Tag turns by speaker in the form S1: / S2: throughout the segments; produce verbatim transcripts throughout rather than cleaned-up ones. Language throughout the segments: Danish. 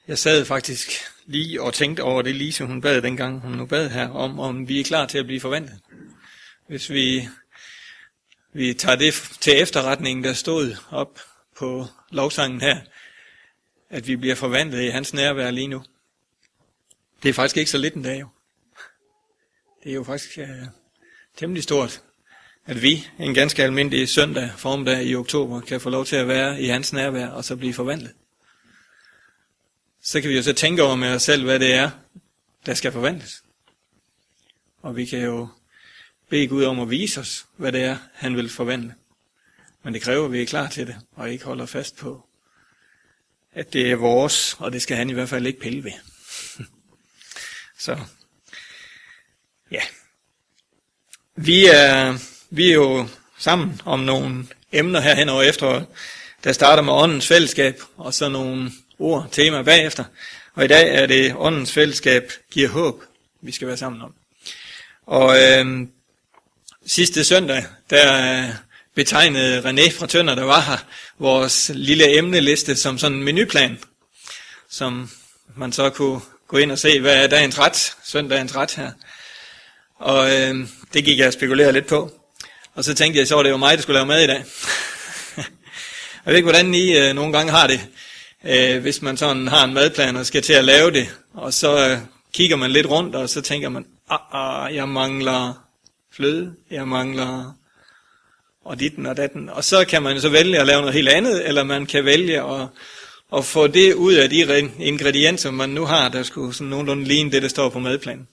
S1: Jeg sad faktisk lige og tænkte over det, Lise hun bad dengang, hun nu bad her, om, om vi er klar til at blive forvandlet. Hvis vi, vi tager det til efterretning, der stod op på lovsangen her, at vi bliver forvandlet i hans nærvær lige nu. Det er faktisk ikke så lidt en dag jo. Det er jo faktisk uh, temmelig stort, at vi en ganske almindelig søndag formiddag i oktober kan få lov til at være i hans nærvær og så blive forvandlet. Så kan vi jo så tænke over med os selv, hvad det er, der skal forvandles. Og vi kan jo bede Gud om at vise os, hvad det er, han vil forvandle. Men det kræver, at vi er klar til det, og ikke holder fast på, at det er vores, og det skal han i hvert fald ikke pille ved. Så, ja. Vi er, vi er jo sammen om nogle emner her hen over efteråret, der starter med åndens fællesskab, og så nogle ord, tema bagefter. Og i dag er det åndens fællesskab giver håb, vi skal være sammen om. Og øh, sidste søndag, der betegnede René fra Tønder, der var her, vores lille emneliste som sådan en menuplan, som man så kunne gå ind og se, hvad er dagens ret, søndagens ret her. Og øh, det gik jeg og spekulerede lidt på. Og så tænkte jeg, så var det jo mig, der skulle lave mad i dag. Jeg ved ikke, hvordan I øh, nogle gange har det, øh, hvis man sådan har en madplan og skal til at lave det. Og så øh, kigger man lidt rundt, og så tænker man, ah, ah, jeg mangler fløde, jeg mangler og ditten og datten. Og så kan man så vælge at lave noget helt andet, eller man kan vælge at, at få det ud af de ingredienser, man nu har, der skulle sådan nogenlunde ligne det, der står på madplanen.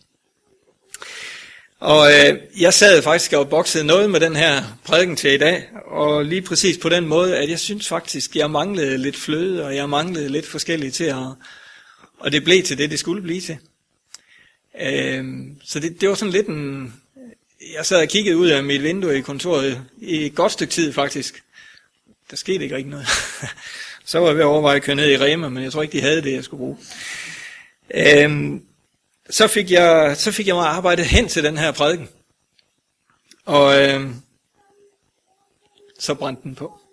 S1: Og øh, jeg sad faktisk og boksede noget med den her prædiken til i dag, og lige præcis på den måde, at jeg synes faktisk, jeg manglede lidt fløde, og jeg manglede lidt forskelligt til at, og det blev til det, det skulle blive til. Øh, så det, det var sådan lidt en, jeg sad og kiggede ud af mit vindue i kontoret i et godt stykke tid faktisk. Der skete ikke rigtig noget. Så var jeg ved at overveje at køre ned i Rema, men jeg tror ikke, de havde det, jeg skulle bruge. Øh, Så fik jeg, så fik jeg mig arbejdet hen til den her prædiken. Og øh, så brændte den på.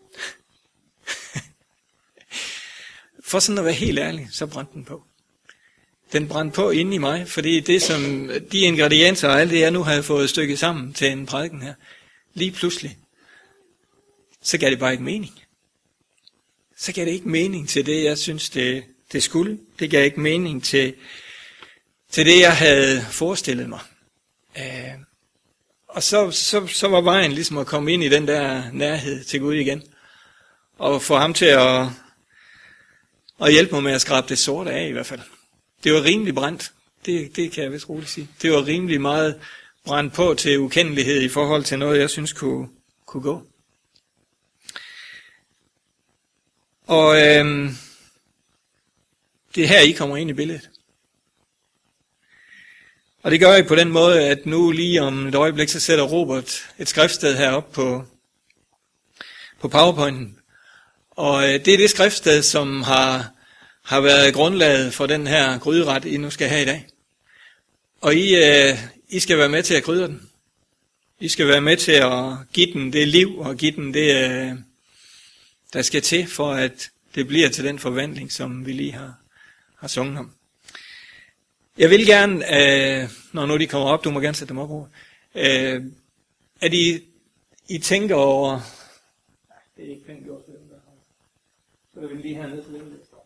S1: For sådan at være helt ærlig, så brændte den på. Den brændte på inde i mig, fordi det som, de ingredienser og alt det, jeg nu havde fået stykket sammen til en prædiken her, lige pludselig, så gav det bare ikke mening. Så gav det ikke mening til det, jeg synes, det, det skulle. Det gav ikke mening til... til det, jeg havde forestillet mig. Øh, og så, så, så var vejen ligesom at komme ind i den der nærhed til Gud igen. Og få ham til at, at hjælpe mig med at skrabe det sorte af i hvert fald. Det var rimelig brændt. Det, det kan jeg vist roligt sige. Det var rimelig meget brændt på til ukendelighed i forhold til noget, jeg synes kunne, kunne gå. Og øh, det er her, I kommer ind i billedet. Og det gør jeg på den måde, at nu lige om et øjeblik, så sætter Robert et skriftsted heroppe på, på PowerPointen. Og det er det skriftsted, som har, har været grundlaget for den her gryderet, I nu skal have i dag. Og I, I skal være med til at krydre den. I skal være med til at give den det liv, og give den det, der skal til, for at det bliver til den forvandling, som vi lige har, har sunget om. Jeg vil gerne, øh, når nu de kommer op, du må gerne sætte dem op over, øh, at I, I tænker over, nej, det er ikke pænt gjort for dem der. Så vil vi lige hernede for lidt.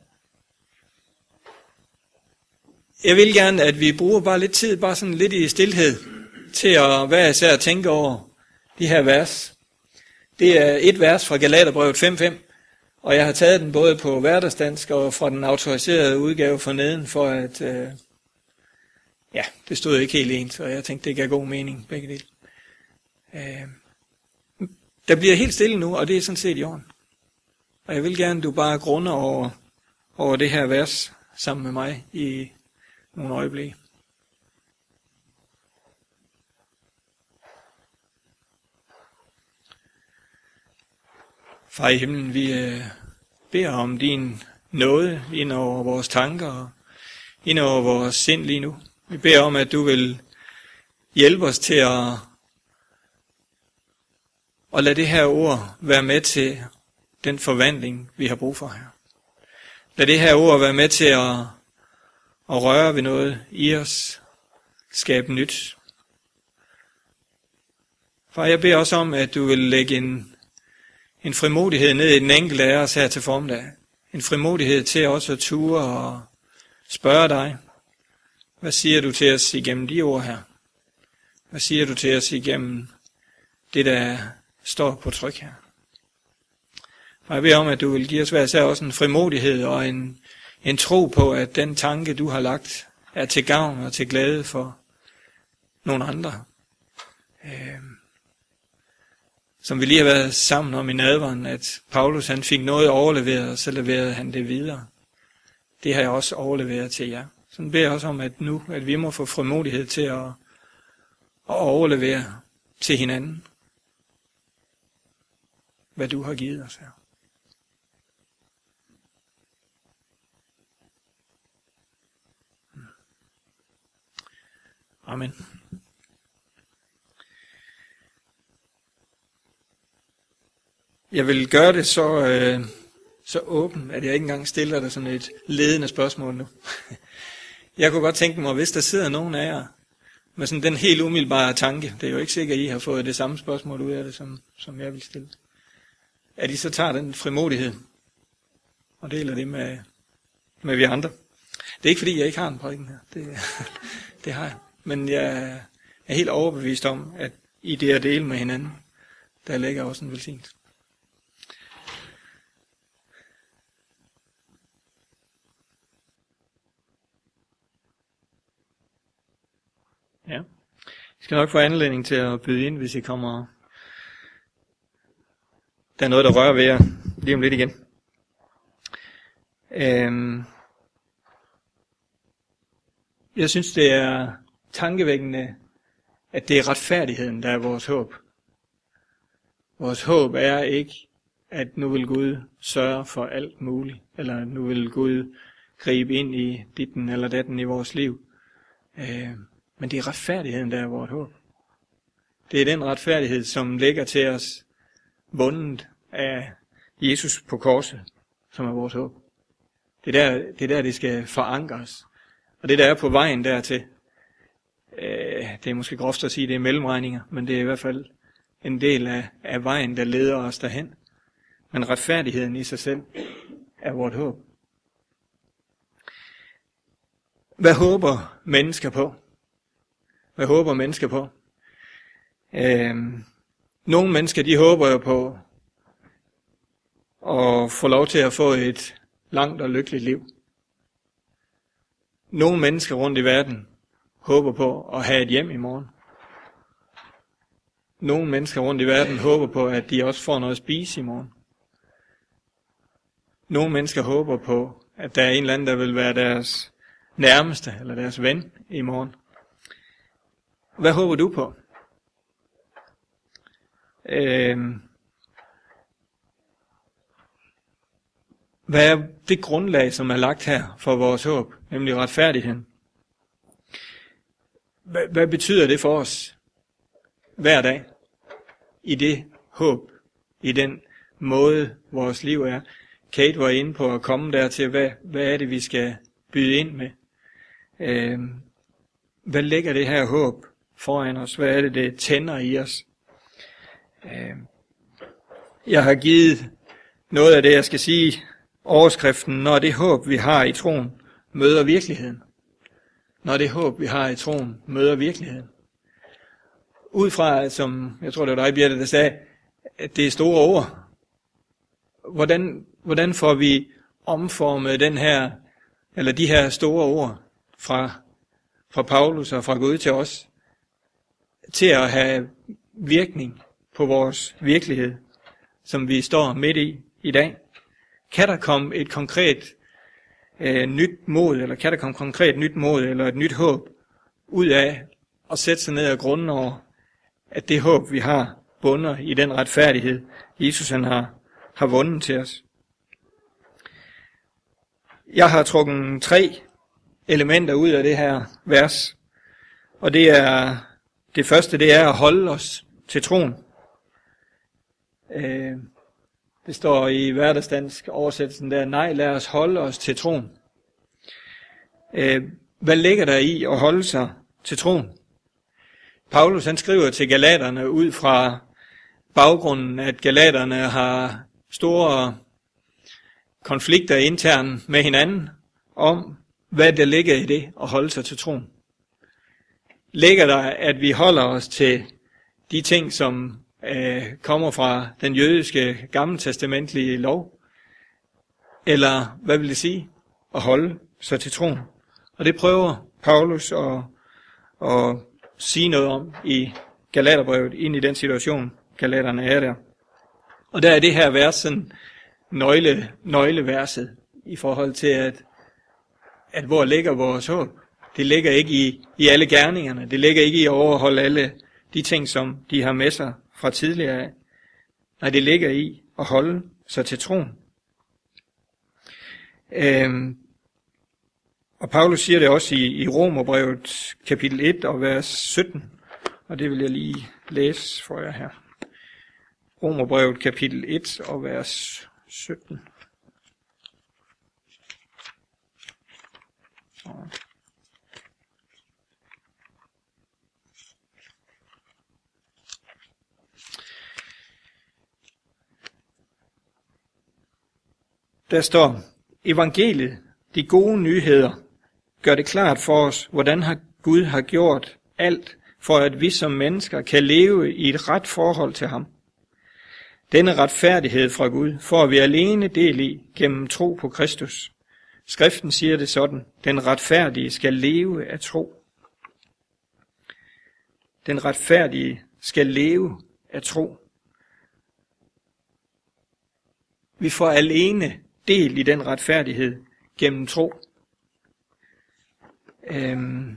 S1: Jeg vil gerne, at vi bruger bare lidt tid, bare sådan lidt i stilhed, til at være især at tænke over de her vers. Det er et vers fra Galaterbrevet fem fem, og jeg har taget den både på hverdagsdansk og fra den autoriserede udgave for neden, for at... Øh, Ja, det stod ikke helt ens, og jeg tænkte, det gav god mening, begge dele. Øh, der bliver helt stille nu, og det er sådan set i orden. Og jeg vil gerne, du bare grunder over, over det her vers sammen med mig i nogle øjeblikke. Far i himlen, vi øh, beder om din nåde ind over vores tanker og ind over vores sind lige nu. Vi beder om, at du vil hjælpe os til at, at lade det her ord være med til den forvandling, vi har brug for her. Lad det her ord være med til at, at røre ved noget i os, skabe nyt. Far, jeg beder også om, at du vil lægge en, en frimodighed ned i den enkelte af os her til formiddag. En frimodighed til også at ture og spørge dig, hvad siger du til os igennem de ord her? Hvad siger du til os igennem det, der står på tryk her? Og jeg beder om, at du vil give os hver især også en frimodighed og en, en tro på, at den tanke, du har lagt, er til gavn og til glæde for nogle andre. Øh, som vi lige har været sammen om i nadveren, at Paulus han fik noget overleveret, og så leverede han det videre. Det har jeg også overleveret til jer. Så beder jeg også om, at nu, at vi må få frimodighed til at, at overlevere til hinanden, hvad du har givet os her. Amen. Jeg vil gøre det så, øh, så åben, at jeg ikke engang stiller dig sådan et ledende spørgsmål nu. Jeg kunne godt tænke mig, hvis der sidder nogen af jer med sådan den helt umiddelbare tanke, det er jo ikke sikkert, at I har fået det samme spørgsmål ud af det, som, som jeg vil stille, at I så tager den frimodighed og deler det med, med vi andre. Det er ikke fordi, jeg ikke har en prædiken her, det, det har jeg. Men jeg er helt overbevist om, at i det at dele med hinanden, der ligger også en velsignelse. Ja. I skal nok få anledning til at byde ind, hvis I kommer. Der er noget, der rører ved jer lige om lidt igen. Øhm. Jeg synes, det er tankevækkende, at det er retfærdigheden, der er vores håb. Vores håb er ikke, at nu vil Gud sørge for alt muligt, eller nu vil Gud gribe ind i ditten eller datten i vores liv. Øh, men det er retfærdigheden, der er vores håb. Det er den retfærdighed, som ligger til os bundet af Jesus på korset, som er vores håb. Det er der, det, er der, det skal forankres. Og det, der er på vejen dertil, øh, det er måske groft at sige, det er mellemregninger, men det er i hvert fald en del af, af vejen, der leder os derhen. Men retfærdigheden i sig selv er vort håb. Hvad håber mennesker på? Hvad håber mennesker på? Øh, nogle mennesker, de håber jo på at få lov til at få et langt og lykkeligt liv. Nogle mennesker rundt i verden håber på at have et hjem i morgen. Nogle mennesker rundt i verden håber på, at de også får noget at spise i morgen. Nogle mennesker håber på, at der er en eller anden, der vil være deres nærmeste eller deres ven i morgen. Hvad håber du på? Øhm, hvad er det grundlag, som er lagt her for vores håb, nemlig retfærdigheden? Hvad, hvad betyder det for os hver dag i det håb, i den måde, vores liv er? Kate var inde på at komme dertil, hvad, hvad er det, vi skal byde ind med? Øhm, hvad lægger det her håb foran os? Hvad er det, det tænder i os? Øhm, jeg har givet noget af det, jeg skal sige, overskriften, når det håb, vi har i troen, møder virkeligheden. Når det håb, vi har i troen, møder virkeligheden. Ud fra, som jeg tror, det var dig, Birte, der sagde, at det er store ord. Hvordan, hvordan får vi omformet den her, eller de her store ord fra, fra Paulus og fra Gud til os, til at have virkning på vores virkelighed, som vi står midt i i dag? Kan der komme et konkret øh, nyt mod, eller kan der komme konkret nyt mod, eller et nyt håb, ud af at sætte sig ned og grunde over, at det håb, vi har, bunder i den retfærdighed, Jesus han har, har vundet til os. Jeg har trukket tre elementer ud af det her vers, og det er det første, det er at holde os til troen. Øh, Det står i hverdagsdansk oversættelsen der, nej, lad os holde os til troen. Hvad ligger der i at holde sig til troen? Paulus han skriver til galaterne ud fra baggrunden, at galaterne har store konflikter internt med hinanden om, hvad der ligger i det at holde sig til troen. Ligger der, at vi holder os til de ting, som øh, kommer fra den jødiske gammeltestamentlige lov? Eller hvad vil det sige at holde sig til troen? Og det prøver Paulus at, at sige noget om i Galaterbrevet, ind i den situation, galaterne er der. Og der er det her vers sådan nøgle, nøgleverset i forhold til, at, at hvor ligger vores håb? Det ligger ikke i, i alle gerningerne. Det ligger ikke i at overholde alle de ting, som de har med sig fra tidligere af. Nej, det ligger i at holde sig til troen. Øhm, og Paulus siger det også i, i Romerbrevet kapitel et og vers sytten. Og det vil jeg lige læse for jer her. Romerbrevet kapitel et og vers sytten. Der står, evangeliet, de gode nyheder, gør det klart for os, hvordan har Gud har gjort alt, for at vi som mennesker kan leve i et ret forhold til ham. Denne retfærdighed fra Gud får vi alene del i gennem tro på Kristus. Skriften siger det sådan, den retfærdige skal leve af tro. Den retfærdige skal leve af tro. Vi får alene del i den retfærdighed gennem tro. Øhm.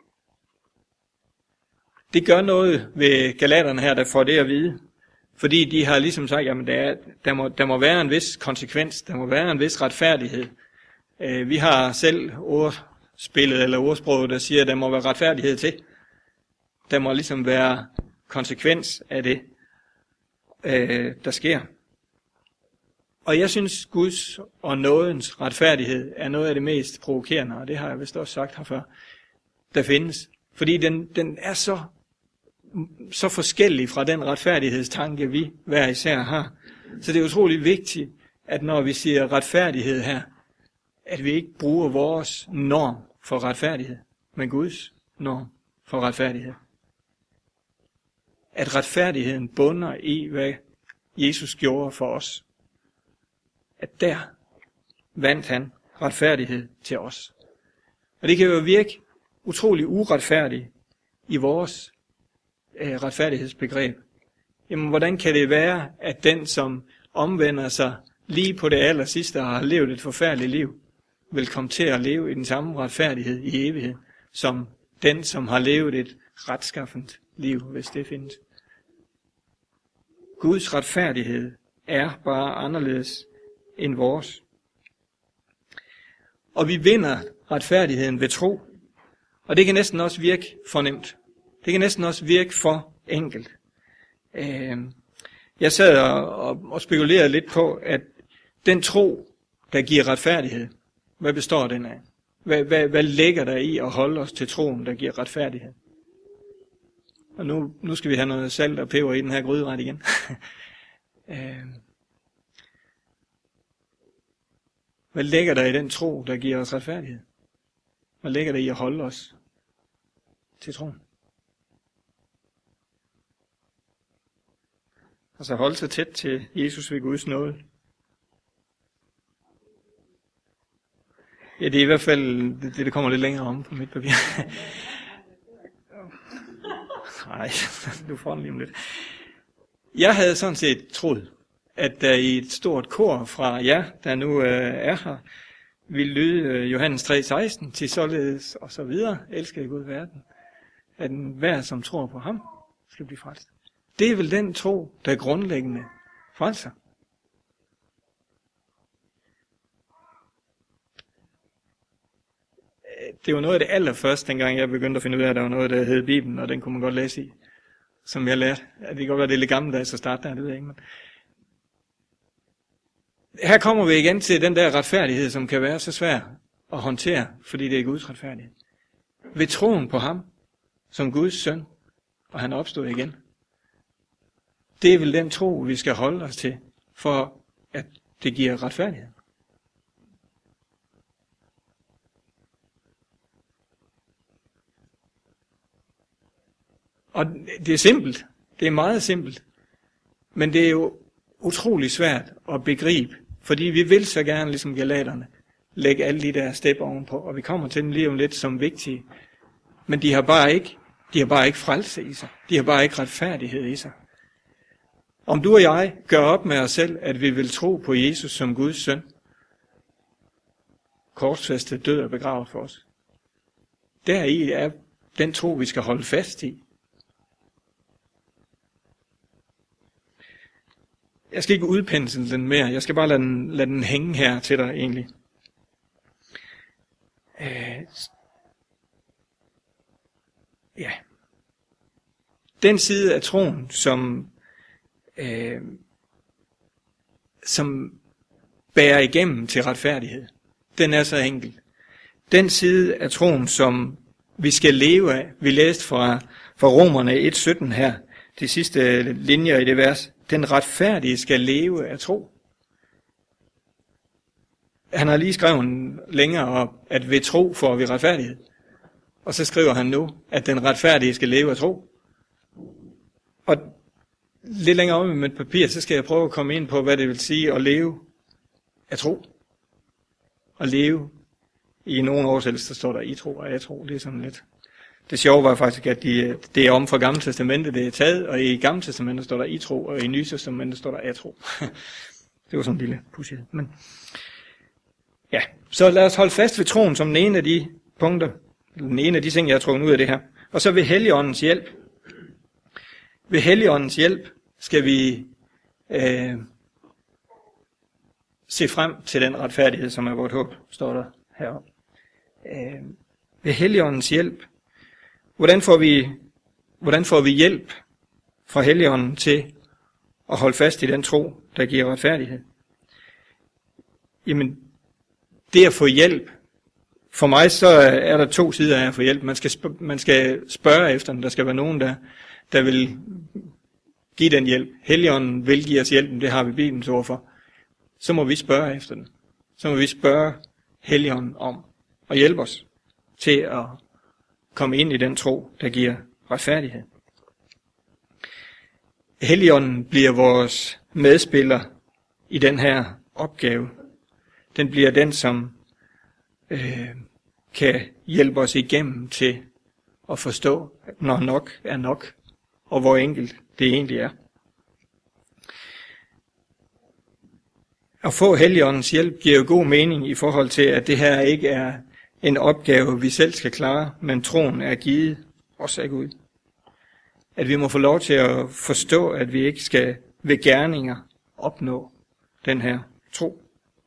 S1: Det gør noget ved galaterne her, der får det at vide. Fordi de har ligesom sagt, jamen der, er, der, må, der må være en vis konsekvens, der må være en vis retfærdighed. Øh, vi har selv ordspillet eller ordsproget, der siger, at der må være retfærdighed til. Der må ligesom være konsekvens af det, øh, der sker. Og jeg synes, Guds og nådens retfærdighed er noget af det mest provokerende, og det har jeg vist også sagt herfør, der findes. Fordi den, den er så, så forskellig fra den retfærdighedstanke, vi hver især har. Så det er utroligt vigtigt, at når vi siger retfærdighed her, at vi ikke bruger vores norm for retfærdighed, men Guds norm for retfærdighed. At retfærdigheden bunder i, hvad Jesus gjorde for os. At der vandt han retfærdighed til os. Og det kan jo virke utrolig uretfærdigt i vores øh, retfærdighedsbegreb. Jamen, hvordan kan det være, at den, som omvender sig lige på det aller sidste og har levet et forfærdeligt liv, vil komme til at leve i den samme retfærdighed i evighed, som den, som har levet et retskaffent liv, hvis det findes. Guds retfærdighed er bare anderledes end vores. Og vi vinder retfærdigheden ved tro. Og det kan næsten også virke for nemt. Det kan næsten også virke for enkelt. Jeg sad og, og spekulerede lidt på, at den tro, der giver retfærdighed, hvad består den af? Hvad, hvad, hvad ligger der i at holde os til troen, der giver retfærdighed? Og nu, nu skal vi have noget salt og peber i den her gryderet igen. Hvad ligger der i den tro, der giver os retfærdighed? Hvad ligger der i at holde os til troen? Altså holde sig tæt til Jesus ved Guds nåde. Ja, det er i hvert fald det, det kommer lidt længere om på mit papir. Nej, du får den lige om lidt. Jeg havde sådan set troet, at der i et stort kor fra jer, der nu øh, er her, vil lyde øh, Johannes tre seksten til således og så videre, elsker i Gud verden, at hver som tror på ham, skal blive frelst. Det er vel den tro, der er grundlæggende frelser. Det var noget af det allerførste, dengang jeg begyndte at finde ud af, at der var noget, der hed Bibelen, og den kunne man godt læse i, som jeg lærte. Det kan godt være, det er lidt gammeldags at starte der, det ved jeg ikke, men her kommer vi igen til den der retfærdighed, som kan være så svær at håndtere, fordi det er Guds retfærdighed. Ved troen på ham, som Guds søn, og han opstod igen. Det er vel den tro, vi skal holde os til, for at det giver retfærdighed. Og det er simpelt. Det er meget simpelt. Men det er jo utrolig svært at begribe, fordi vi vil så gerne, ligesom galaterne, lægge alle de der step ovenpå, og vi kommer til dem lige om lidt som vigtige. Men de har bare ikke, de har bare ikke frelse i sig. De har bare ikke retfærdighed i sig. Om du og jeg gør op med os selv, at vi vil tro på Jesus som Guds søn, korsfæstet, død og begravet for os. Deri er den tro, vi skal holde fast i. Jeg skal ikke udpensle den mere. Jeg skal bare lade den, lade den hænge her til dig egentlig. Øh, ja. Den side af troen, som, øh, som bærer igennem til retfærdighed, den er så enkel. Den side af troen, som vi skal leve af, vi læste fra, fra Romerne et sytten her, de sidste linjer i det vers, den retfærdige skal leve af tro. Han har lige skrevet længere op, at ved tro får vi retfærdighed. Og så skriver han nu, at den retfærdige skal leve af tro. Og lidt længere om med et papir, så skal jeg prøve at komme ind på, hvad det vil sige at leve af tro. At leve. I nogle oversættelser står der i tro og af tro. Det er sådan lidt. Det sjove var faktisk, at de, det er om fra Gamle Testamentet, det er taget, og i Gamle Testamentet står der i tro, og i Nye Testamentet står der af tro. Det var sådan en lille pudshed. Men ja, så lad os holde fast ved troen som den ene af de punkter, den ene af de ting, jeg har trukket ud af det her. Og så ved Helligåndens hjælp. Ved Helligåndens hjælp skal vi øh, se frem til den retfærdighed, som er vort håb, står der heroppe. Øh, ved Helligåndens hjælp. Hvordan får vi, hvordan får vi hjælp fra Helligånden til at holde fast i den tro, der giver retfærdighed? Jamen, det at få hjælp, for mig så er der to sider af at få hjælp. Man skal, spørge, man skal spørge efter den. Der skal være nogen, der, der vil give den hjælp. Helligånden vil give os hjælpen, det har vi Bibelens ord for. Så må vi spørge efter den. Så må vi spørge Helligånden om at hjælpe os til at komme ind i den tro, der giver retfærdighed. Helligånden bliver vores medspiller i den her opgave. Den bliver den, som øh, kan hjælpe os igennem til at forstå, når nok er nok, og hvor enkelt det egentlig er. At få Helligåndens hjælp giver jo god mening i forhold til, at det her ikke er en opgave, vi selv skal klare, men troen er givet os af Gud. At vi må få lov til at forstå, at vi ikke skal ved gerninger opnå den her tro.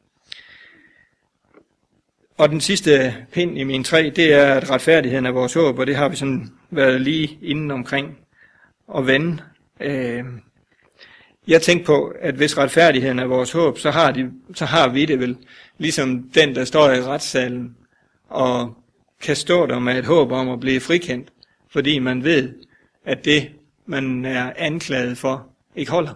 S1: Og den sidste pind i min tre, det er, at retfærdigheden er vores håb, og det har vi sådan været lige inden omkring at vende. Jeg tænker på, at hvis retfærdigheden er vores håb, så har, de, så har vi det vel, ligesom den, der står i retssalen, og kan stå der med et håb om at blive frikendt, fordi man ved, at det, man er anklaget for, ikke holder.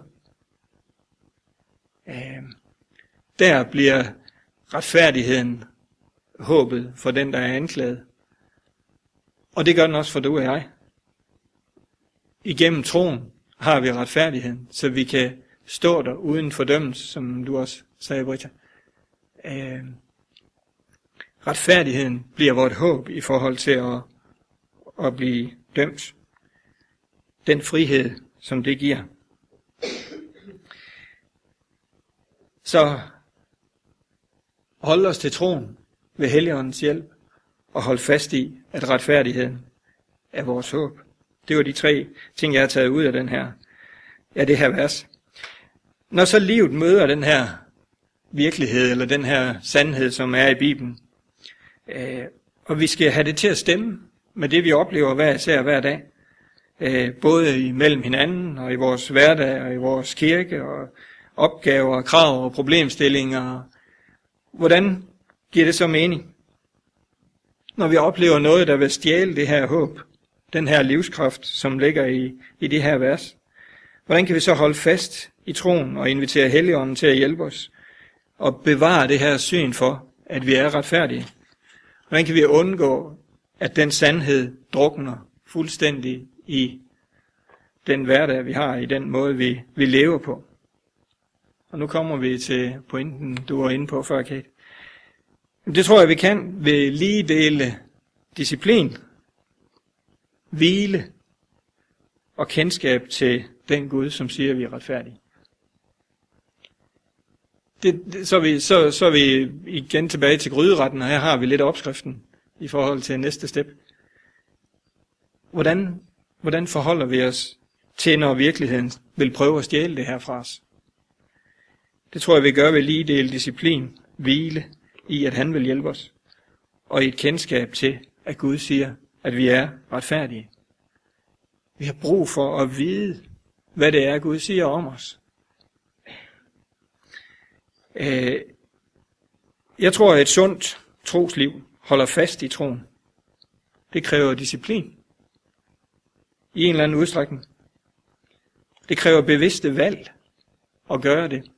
S1: Øh, der bliver retfærdigheden håbet for den, der er anklaget. Og det gør den også for du og jeg. Igennem troen har vi retfærdigheden, så vi kan stå der uden fordømmelse, som du også sagde, Britta. Øh, retfærdigheden bliver vort håb i forhold til at, at blive dømt. Den frihed, som det giver. Så hold os til troen ved Helligåndens hjælp, og hold fast i, at retfærdigheden er vores håb. Det var de tre ting, jeg har taget ud af den her, ja, det her vers. Når så livet møder den her virkelighed, eller den her sandhed, som er i Bibelen, øh, og vi skal have det til at stemme med det, vi oplever hver især hver dag, øh, både imellem hinanden, og i vores hverdag, og i vores kirke, og, opgaver, krav og problemstillinger. Hvordan giver det så mening? Når vi oplever noget, der vil stjæle det her håb, den her livskraft, som ligger i, i det her vers, hvordan kan vi så holde fast i troen og invitere Helligånden til at hjælpe os og bevare det her syn for, at vi er retfærdige? Hvordan kan vi undgå, at den sandhed drukner fuldstændig i den hverdag, vi har, i den måde, vi, vi lever på? Og nu kommer vi til pointen, du var inde på før, Kate. Det tror jeg, vi kan ved lige dele disciplin, hvile og kendskab til den Gud, som siger, at vi er retfærdige. Det, det, så, er vi, så, så er vi igen tilbage til gryderetten, og her har vi lidt opskriften i forhold til næste step. Hvordan, hvordan forholder vi os til, når virkeligheden vil prøve at stjæle det her fra os? Det tror jeg, vi gør ved lige dele disciplin, hvile i, at han vil hjælpe os, og i et kendskab til, at Gud siger, at vi er retfærdige. Vi har brug for at vide, hvad det er, Gud siger om os. Jeg tror, at et sundt trosliv holder fast i troen. Det kræver disciplin i en eller anden udstrækning. Det kræver bevidste valg at gøre det.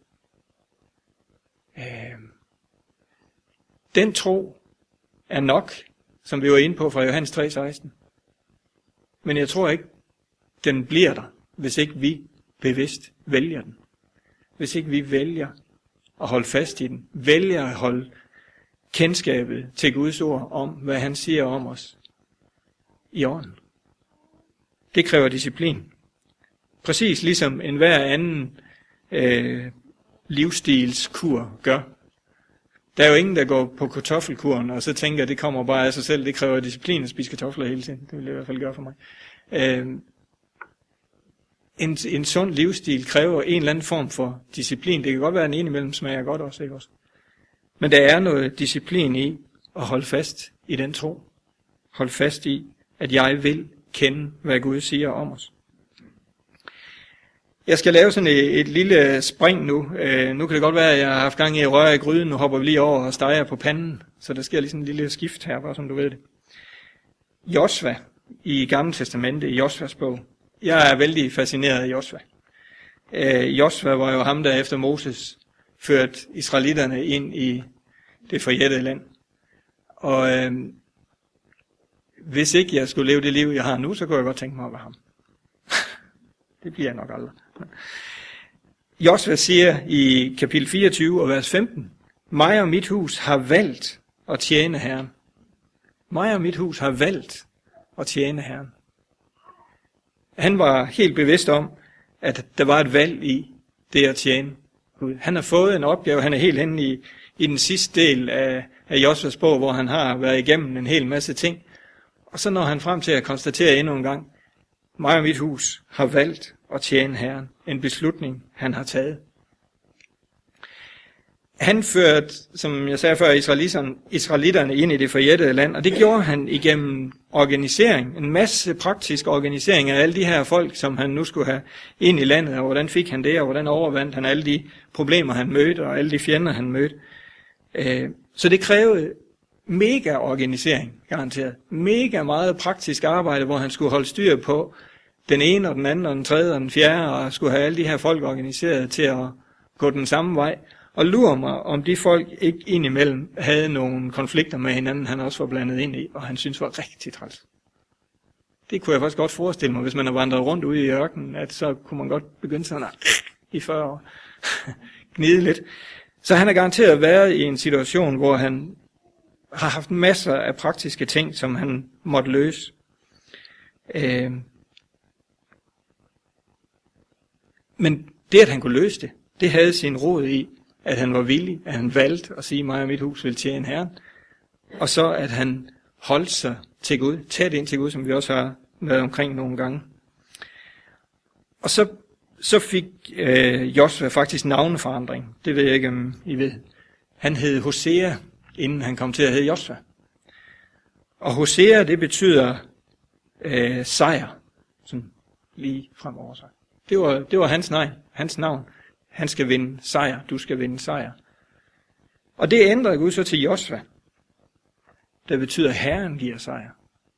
S1: Den tro er nok, som vi var inde på fra Johannes tre seksten. Men jeg tror ikke, den bliver der, hvis ikke vi bevidst vælger den. Hvis ikke vi vælger at holde fast i den. Vælger at holde kendskabet til Guds ord om, hvad han siger om os i ånden. Det kræver disciplin. Præcis ligesom enhver anden øh, livsstilskur gør. Der er jo ingen, der går på kartoffelkuren, og så tænker, at det kommer bare af sig selv. Det kræver disciplin at spise kartofler hele tiden. Det vil jeg i hvert fald gøre for mig. Øh, en, en sund livsstil kræver en eller anden form for disciplin. Det kan godt være, at en indimellem smager godt også, ikke også? Men der er noget disciplin i at holde fast i den tro. Hold fast i, at jeg vil kende, hvad Gud siger om os. Jeg skal lave sådan et, et lille spring nu. Øh, nu kan det godt være, at jeg har haft gang i at røre i gryden. Nu hopper vi lige over og steger på panden. Så der sker lige sådan en lille skift her, bare som du ved det. Josva i Gamle Testamente, i Josvas bog. Jeg er vældig fascineret af Josva. Øh, Josva var jo ham, der efter Moses førte israelitterne ind i det forjættede land. Og øh, hvis ikke jeg skulle leve det liv, jeg har nu, så kunne jeg godt tænke mig at være ham. Det bliver jeg nok aldrig. Josva siger i kapitel fireogtyve og vers femten, mig og mit hus har valgt at tjene Herren. Mig og mit hus har valgt at tjene Herren. Han var helt bevidst om, at der var et valg i det at tjene Gud. Han har fået en opgave, han er helt henne i, i den sidste del af, af Josvas bog, hvor han har været igennem en hel masse ting. Og så når han frem til at konstatere endnu en gang, mig og mit hus har valgt at tjene Herren. En beslutning, han har taget. Han førte, som jeg sagde før, israelitterne ind i det forjættede land, og det gjorde han igennem organisering. En masse praktisk organisering af alle de her folk, som han nu skulle have ind i landet, og hvordan fik han det, og hvordan overvandt han alle de problemer, han mødte, og alle de fjender, han mødte. Så det krævede mega organisering, garanteret. Mega meget praktisk arbejde, hvor han skulle holde styr på den ene og den anden og den tredje og den fjerde, og skulle have alle de her folk organiseret til at gå den samme vej. Og lurer mig, om de folk ikke indimellem havde nogle konflikter med hinanden, han også var blandet ind i, og han synes var rigtig træls. Det kunne jeg faktisk godt forestille mig, hvis man har vandret rundt ude i ørkenen, at så kunne man godt begynde sådan at i fyrre år gnide lidt. Så han har garanteret været i en situation, hvor han har haft masser af praktiske ting, som han måtte løse. Øh, Men det, at han kunne løse det, det havde sin rod i, at han var villig, at han valgte at sige, mig og mit hus vil tjene Herren. Og så, at han holdt sig til Gud, tæt ind til Gud, som vi også har været omkring nogle gange. Og så, så fik øh, Josva faktisk navneforandring. Det ved jeg ikke, om I ved. Han hed Hosea, inden han kom til at hedde Josva. Og Hosea, det betyder øh, sejr, sådan lige fremover sig. Det var, det var hans, nej, hans navn. Han skal vinde sejr, du skal vinde sejr. Og det ændrer Gud så til Josva, der betyder, at Herren giver sejr.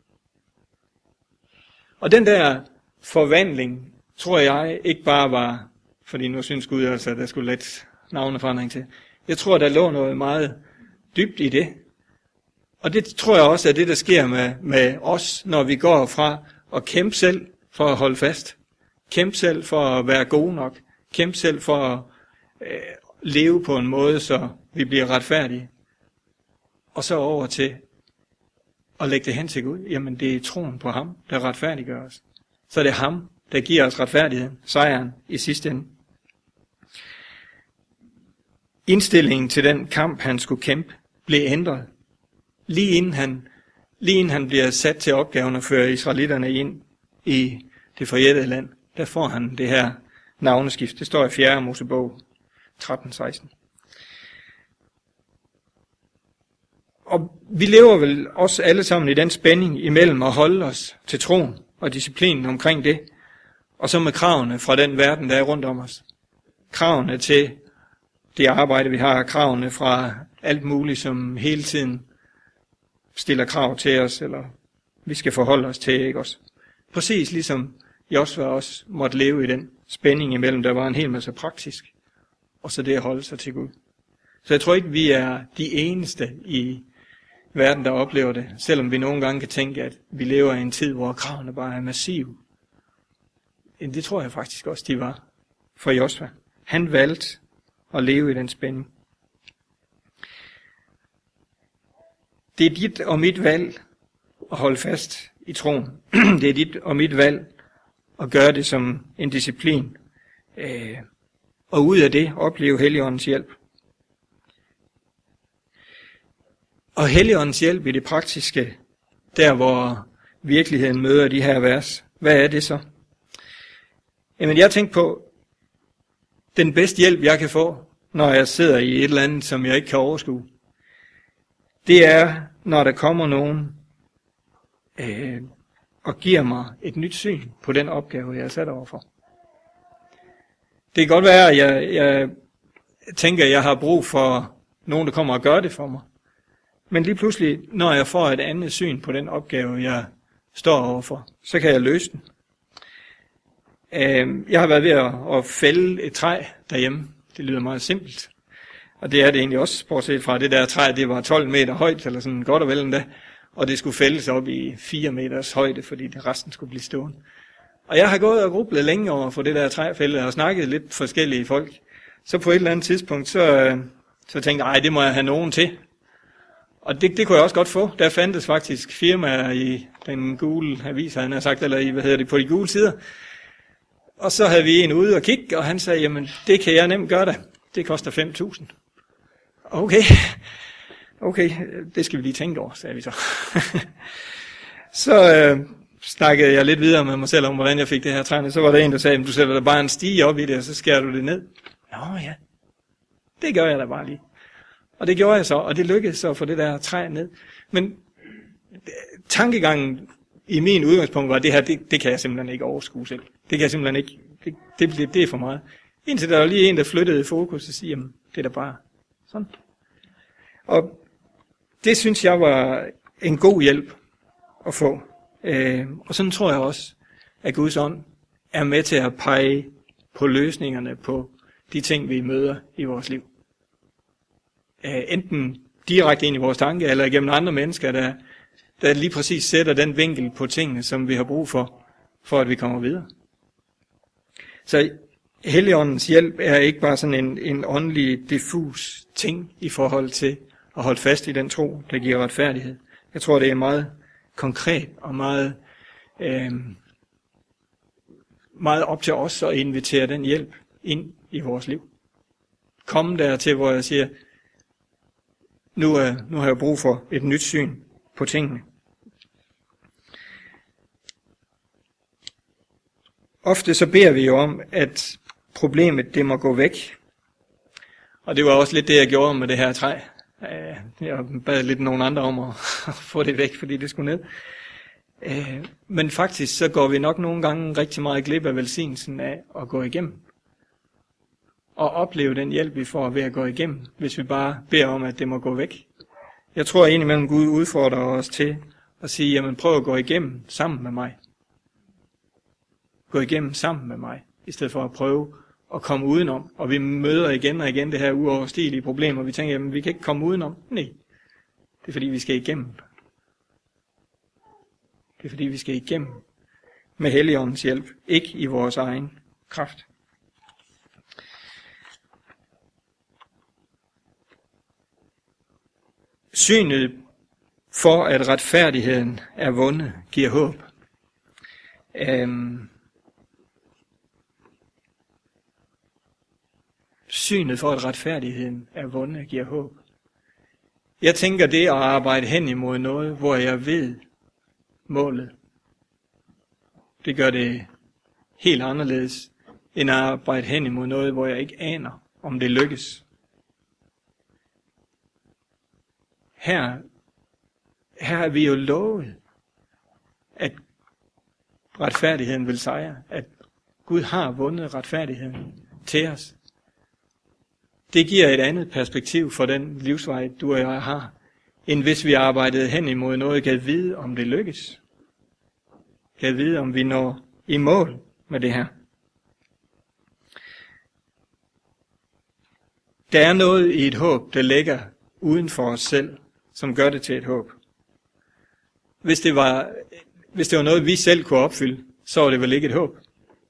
S1: Og den der forvandling, tror jeg ikke bare var, fordi nu synes Gud altså, at der skulle lidt navneforandring til. Jeg tror, der lå noget meget dybt i det. Og det tror jeg også er det, der sker med, med os, når vi går fra at kæmpe selv for at holde fast. Kæmpe selv for at være gode nok. Kæmpe selv for at øh, leve på en måde, så vi bliver retfærdige. Og så over til at lægge det hen til Gud. Jamen det er troen på ham, der retfærdiggør os. Så det er ham, der giver os retfærdigheden, sejren i sidste ende. Indstillingen til den kamp, han skulle kæmpe, blev ændret. Lige inden han, lige inden han bliver sat til opgaven at føre israelitterne ind i det forjættede land, der får han det her navneskift. Det står i fjerde Mosebog tretten seksten. Og vi lever vel også alle sammen i den spænding imellem at holde os til troen og disciplinen omkring det, og så med kravene fra den verden, der er rundt om os. Kravene til det arbejde, vi har, kravene fra alt muligt, som hele tiden stiller krav til os, eller vi skal forholde os til, ikke også? Præcis ligesom Josva også måtte leve i den spænding imellem, der var en hel masse praktisk, og så det at holde sig til Gud. Så jeg tror ikke, vi er de eneste i verden, der oplever det, selvom vi nogle gange kan tænke, at vi lever i en tid, hvor kravene bare er massive. Det tror jeg faktisk også, de var for Josva. Han valgte at leve i den spænding. Det er dit og mit valg at holde fast i troen. Det er dit og mit valg at gøre det som en disciplin. Og ud af det opleve Helligåndens hjælp. Og Helligåndens hjælp i det praktiske, der hvor virkeligheden møder de her vers, hvad er det så? Jamen jeg tænker på, den bedste hjælp jeg kan få, når jeg sidder i et eller andet, som jeg ikke kan overskue, det er, når der kommer nogen øh, og giver mig et nyt syn på den opgave, jeg er sat overfor. Det kan godt være, at jeg, jeg tænker, at jeg har brug for nogen, der kommer og gør det for mig. Men lige pludselig, når jeg får et andet syn på den opgave, jeg står overfor, så kan jeg løse den. Jeg har været ved at fælde et træ derhjemme. Det lyder meget simpelt. Og det er det egentlig også, bortset fra det der træ, det var tolv meter højt, eller sådan godt og vel endda. Og det skulle fældes op i fire meters højde, fordi det resten skulle blive stående. Og jeg har gået og grublet længe over for det der træfælde, og snakket lidt forskellige folk. Så på et eller andet tidspunkt, så, så tænkte jeg, ej, det må jeg have nogen til. Og det, det kunne jeg også godt få. Der fandtes faktisk firmaer i den gule avis, han har sagt, eller i, hvad hedder det, på de gule sider. Og så havde vi en ude og kigge, og han sagde, jamen det kan jeg nemt gøre da. Det koster fem tusind. Okay, okay, det skal vi lige tænke over, sagde vi så. så øh, snakkede jeg lidt videre med mig selv om, hvordan jeg fik det her træ. Så var der en, der sagde, du sætter der bare en stige op i det, og så skærer du det ned. Nå ja, det gør jeg da bare lige. Og det gjorde jeg så, og det lykkedes så at få det der træ ned. Men tankegangen i min udgangspunkt var, at det her, det, det kan jeg simpelthen ikke overskue selv. Det kan jeg simpelthen ikke, det, det, det er for meget. Indtil der var lige en, der flyttede fokus og siger, jamen, det er da bare sådan. Og det synes jeg var en god hjælp at få. Øh, og sådan tror jeg også, at Guds ånd er med til at pege på løsningerne på de ting, vi møder i vores liv. Øh, enten direkte ind i vores tanke, eller gennem andre mennesker, der, der lige præcis sætter den vinkel på tingene, som vi har brug for, for at vi kommer videre. Så Helligåndens hjælp er ikke bare sådan en, en åndelig diffus ting i forhold til at holde fast i den tro, der giver retfærdighed. Jeg tror, det er meget konkret og meget, øh, meget op til os at invitere den hjælp ind i vores liv. Kom dertil, hvor jeg siger, nu, er, nu har jeg brug for et nyt syn på tingene. Ofte så beder vi jo om, at problemet det må gå væk. Og det var også lidt det, jeg gjorde med det her træ. Jeg bad lidt nogle andre om at få det væk, fordi det skulle ned. Men faktisk så går vi nok nogle gange rigtig meget glip af velsignelsen af at gå igennem. at opleve den hjælp, vi får ved at gå igennem, hvis vi bare beder om, at det må gå væk. Jeg tror indimellem, Gud udfordrer os til at sige, jamen prøv at gå igennem sammen med mig. Gå igennem sammen med mig, i stedet for at prøve at komme udenom. Og vi møder igen og igen det her uoverstigelige problem, og vi tænker, jamen vi kan ikke komme udenom. Nej, det er fordi vi skal igennem. Det er fordi vi skal igennem med Helligåndens hjælp, ikke i vores egen kraft. Synet for, at retfærdigheden er vundet, giver håb. Øhm, synet for, at retfærdigheden er vundet, giver håb. Jeg tænker det at arbejde hen imod noget, hvor jeg ved målet. Det gør det helt anderledes, end at arbejde hen imod noget, hvor jeg ikke aner, om det lykkes. Her, her er vi jo lovet, at retfærdigheden vil sejre, at Gud har vundet retfærdigheden til os. Det giver et andet perspektiv for den livsvej, du og jeg har, end hvis vi arbejdede hen imod noget, kan vide, om det lykkes. Kan vide, om vi når i mål med det her. Der er noget i et håb, der ligger uden for os selv, som gør det til et håb. Hvis det var, hvis det var noget, vi selv kunne opfylde, så var det vel ikke et håb.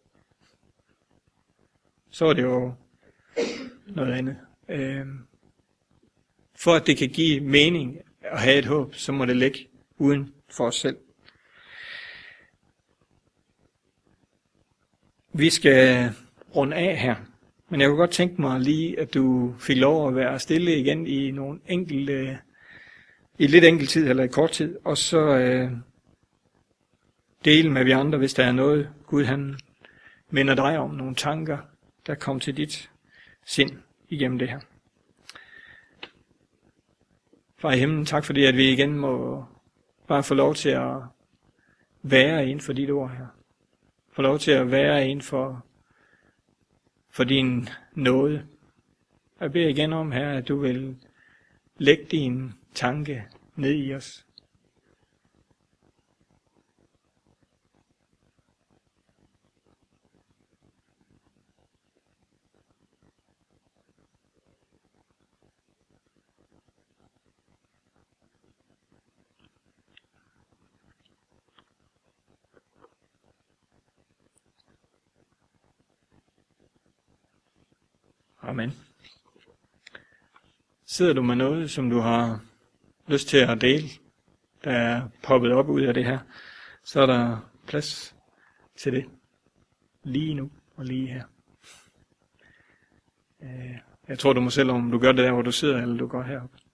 S1: Så var det jo noget andet. For at det kan give mening at have et håb, så må det ligge uden for os selv. Vi skal runde af her, men jeg kunne godt tænke mig lige, at du fik lov at være stille igen i nogle enkelte, i lidt enkelt tid eller i kort tid, og så øh, dele med vi andre, hvis der er noget, Gud han minder dig om, nogle tanker, der kom til dit sind igennem det her. Far i himlen, tak fordi, at vi igen må bare få lov til at være inden for dit ord her. Få lov til at være inden for, for din nåde. Jeg beder igen om, her, at du vil lægge din tanke ned i os. Amen. Sidder du med noget, som du har lyst til at dele, der er poppet op ud af det her, så er der plads til det. Lige nu og lige her. Jeg tror, du må selv om du gør det der, hvor du sidder, eller du går herop.